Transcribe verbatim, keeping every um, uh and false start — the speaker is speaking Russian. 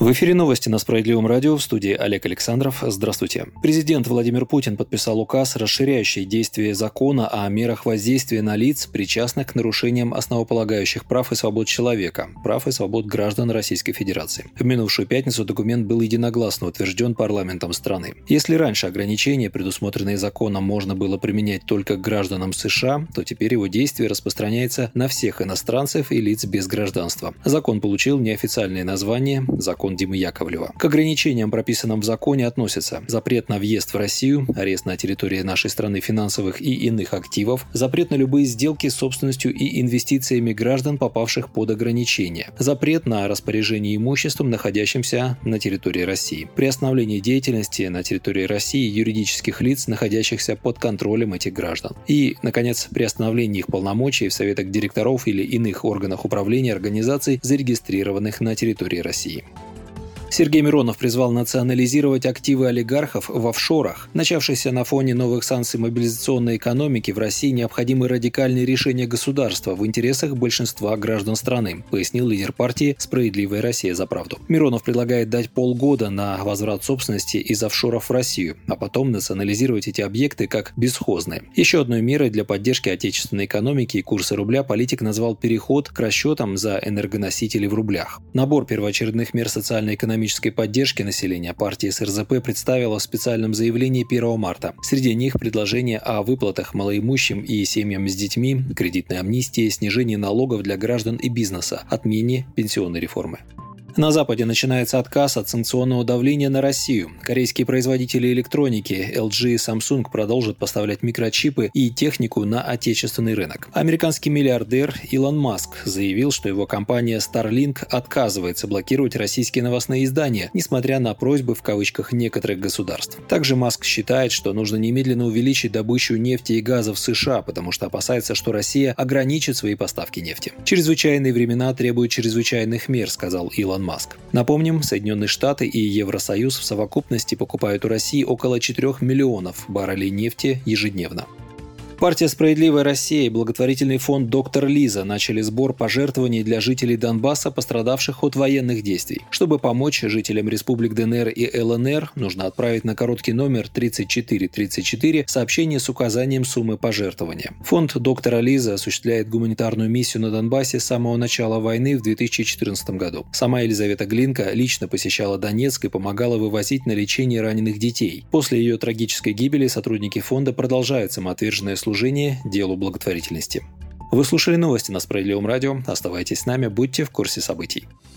В эфире новости на Справедливом радио, в студии Олег Александров. Здравствуйте. Президент Владимир Путин подписал указ, расширяющий действие закона о мерах воздействия на лиц, причастных к нарушениям основополагающих прав и свобод человека, прав и свобод граждан Российской Федерации. В минувшую пятницу документ был единогласно утвержден парламентом страны. Если раньше ограничения, предусмотренные законом, можно было применять только к гражданам США, то теперь его действие распространяется на всех иностранцев и лиц без гражданства. Закон получил неофициальное название «Закон Димы Яковлева». К ограничениям, прописанным в законе, относятся запрет на въезд в Россию, арест на территории нашей страны финансовых и иных активов, запрет на любые сделки с собственностью и инвестициями граждан, попавших под ограничения, запрет на распоряжение имуществом, находящимся на территории России, приостановление деятельности на территории России юридических лиц, находящихся под контролем этих граждан, и, наконец, приостановление их полномочий в советах директоров или иных органах управления организаций, зарегистрированных на территории России. Сергей Миронов призвал национализировать активы олигархов в офшорах. Начавшийся на фоне новых санкций мобилизационной экономики в России необходимы радикальные решения государства в интересах большинства граждан страны, пояснил лидер партии «Справедливая Россия за правду». Миронов предлагает дать полгода на возврат собственности из офшоров в Россию, а потом национализировать эти объекты как бесхозные. Еще одной мерой для поддержки отечественной экономики и курса рубля политик назвал переход к расчетам за энергоносители в рублях. Набор первоочередных мер социально-экономической экономической поддержки населения партия эс эр зэ пэ представила в специальном заявлении первого марта. Среди них предложения о выплатах малоимущим и семьям с детьми, кредитной амнистии, снижении налогов для граждан и бизнеса, отмене пенсионной реформы. На Западе начинается отказ от санкционного давления на Россию. Корейские производители электроники эл джи и Samsung продолжат поставлять микрочипы и технику на отечественный рынок. Американский миллиардер Илон Маск заявил, что его компания Starlink отказывается блокировать российские новостные издания, несмотря на просьбы в кавычках некоторых государств. Также Маск считает, что нужно немедленно увеличить добычу нефти и газа в США, потому что опасается, что Россия ограничит свои поставки нефти. Чрезвычайные времена требуют чрезвычайных мер, сказал Илон Маск. Маск. Напомним, Соединенные Штаты и Евросоюз в совокупности покупают у России около четырёх миллионов баррелей нефти ежедневно. Партия «Справедливая Россия» и благотворительный фонд «Доктор Лиза» начали сбор пожертвований для жителей Донбасса, пострадавших от военных действий. Чтобы помочь жителям республик дэ эн эр и эл эн эр, нужно отправить на короткий номер тридцать четыре тридцать четыре сообщение с указанием суммы пожертвования. Фонд «Доктора Лиза» осуществляет гуманитарную миссию на Донбассе с самого начала войны в две тысячи четырнадцатом году. Сама Елизавета Глинка лично посещала Донецк и помогала вывозить на лечение раненых детей. После ее трагической гибели сотрудники фонда продолжают самоотверженное служение служение делу благотворительности. Вы слушали новости на Справедливом радио. Оставайтесь с нами, будьте в курсе событий.